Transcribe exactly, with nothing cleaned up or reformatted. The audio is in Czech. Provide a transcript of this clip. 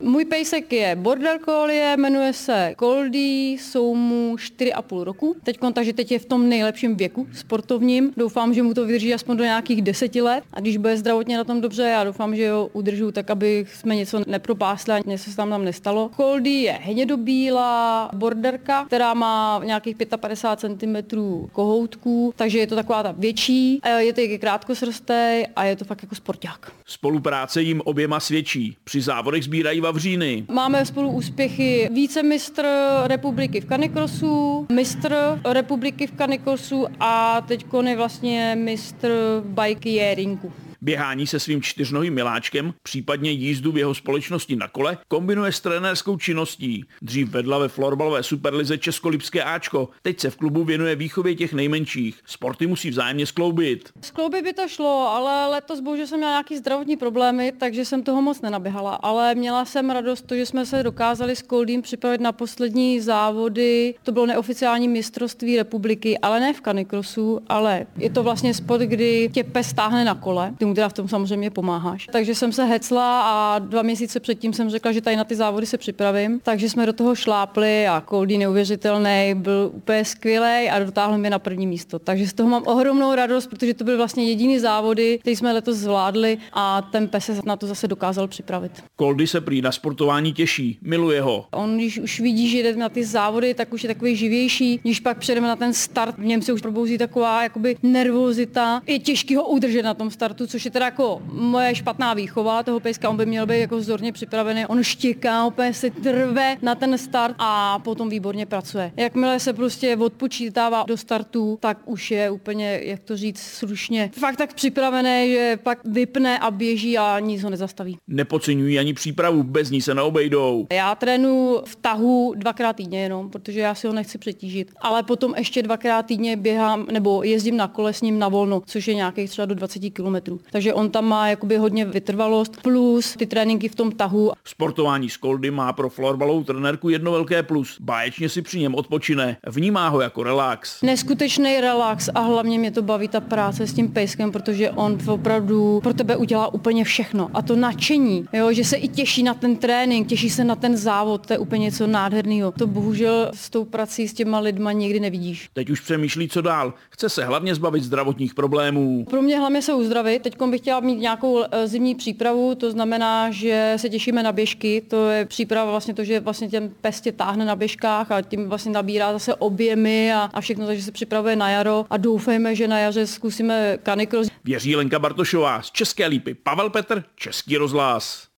Můj pejsek je border collie, jmenuje se Goldie, jsou mu čtyři a půl roku. Teď, takže teď je v tom nejlepším věku sportovním. Doufám, že mu to vydrží aspoň do nějakých deseti let. A když bude zdravotně na tom dobře, já doufám, že ho udržu tak, aby jsme něco nepropásli a něco se tam tam nestalo. Goldie je hnědobílá borderka, která má nějakých padesát pět centimetrů kohoutků, takže je to taková ta větší. Je to i krátkosrstej a je to fakt jako sporták. Spolupráce jim oběma svědčí. Při závodech sbírají vavříny. Máme spolu úspěchy vícemistr republiky v canicrossu, mistr republiky v canicrossu a teď je vlastně mistr v bikejeeringu. Běhání se svým čtyřnohým miláčkem, případně jízdu v jeho společnosti na kole, kombinuje s trenérskou činností. Dřív vedla ve florbalové superlize Českolipské Ačko, teď se v klubu věnuje výchově těch nejmenších. Sporty musí vzájemně skloubit. Skloubit by to šlo, ale letos bohužel jsem měla nějaký zdravotní problémy, takže jsem toho moc nenaběhala. Ale měla jsem radost, to, že jsme se dokázali s Goldiem připravit na poslední závody. To bylo neoficiální mistrovství republiky, ale ne v canicrossu, ale je to vlastně sport, kdy tě pes táhne na kole. Ty teda v tom samozřejmě pomáháš. Takže jsem se hecla a dva měsíce předtím jsem řekla, že tady na ty závody se připravím. Takže jsme do toho šlápli a Goldie neuvěřitelný, byl úplně skvělý a dotáhl mě na první místo. Takže z toho mám ohromnou radost, protože to byly vlastně jediný závody, které jsme letos zvládli a ten pes se na to zase dokázal připravit. Goldie se prý na sportování těší, miluje ho. On, když už vidí, že jde na ty závody, tak už je takový živější. Když pak přejdeme na ten start, v něm se už probouzí taková jakoby nervozita. Je těžký ho udržet na tom startu, což je teda jako moje špatná výchova toho pejska, on by měl být jako vzorně připravený. On štěká, úplně se trve na ten start a potom výborně pracuje. Jakmile se prostě odpočítává do startu, tak už je úplně, jak to říct slušně, fakt tak připravený, že pak vypne a běží a nic ho nezastaví. Nepodceňují ani přípravu, bez ní se neobejdou. Já trénuji v tahu dvakrát týdně jenom, protože já si ho nechci přetížit. Ale potom ještě dvakrát týdně běhám nebo jezdím na kole s ním na volno, což je nějakých třeba do dvacet kilometrů. Takže on tam má jakoby hodně vytrvalost plus ty tréninky v tom tahu. Sportování s Goldiem má pro florbalovou trenérku jedno velké plus. Báječně si při něm odpočine. Vnímá ho jako relax. Neskutečný relax a hlavně mě to baví ta práce s tím pejskem, protože on opravdu pro tebe udělá úplně všechno. A to nadšení, jo, že se i těší na ten trénink, těší se na ten závod, to je úplně něco nádherného. To bohužel s tou prací s těma lidma nikdy nevidíš. Teď už přemýšlí, co dál. Chce se hlavně zbavit zdravotních problémů. Pro mě hlavně se uzdravit. Teď bych chtěla mít nějakou zimní přípravu, to znamená, že se těšíme na běžky. To je příprava vlastně to, že vlastně ten pes tě táhne na běžkách a tím vlastně nabírá zase objemy a, a všechno, takže se připravuje na jaro a doufejme, že na jaře zkusíme canicross. Věří Lenka Bartošová z České Lípy, Pavel Petr, Český rozhlas.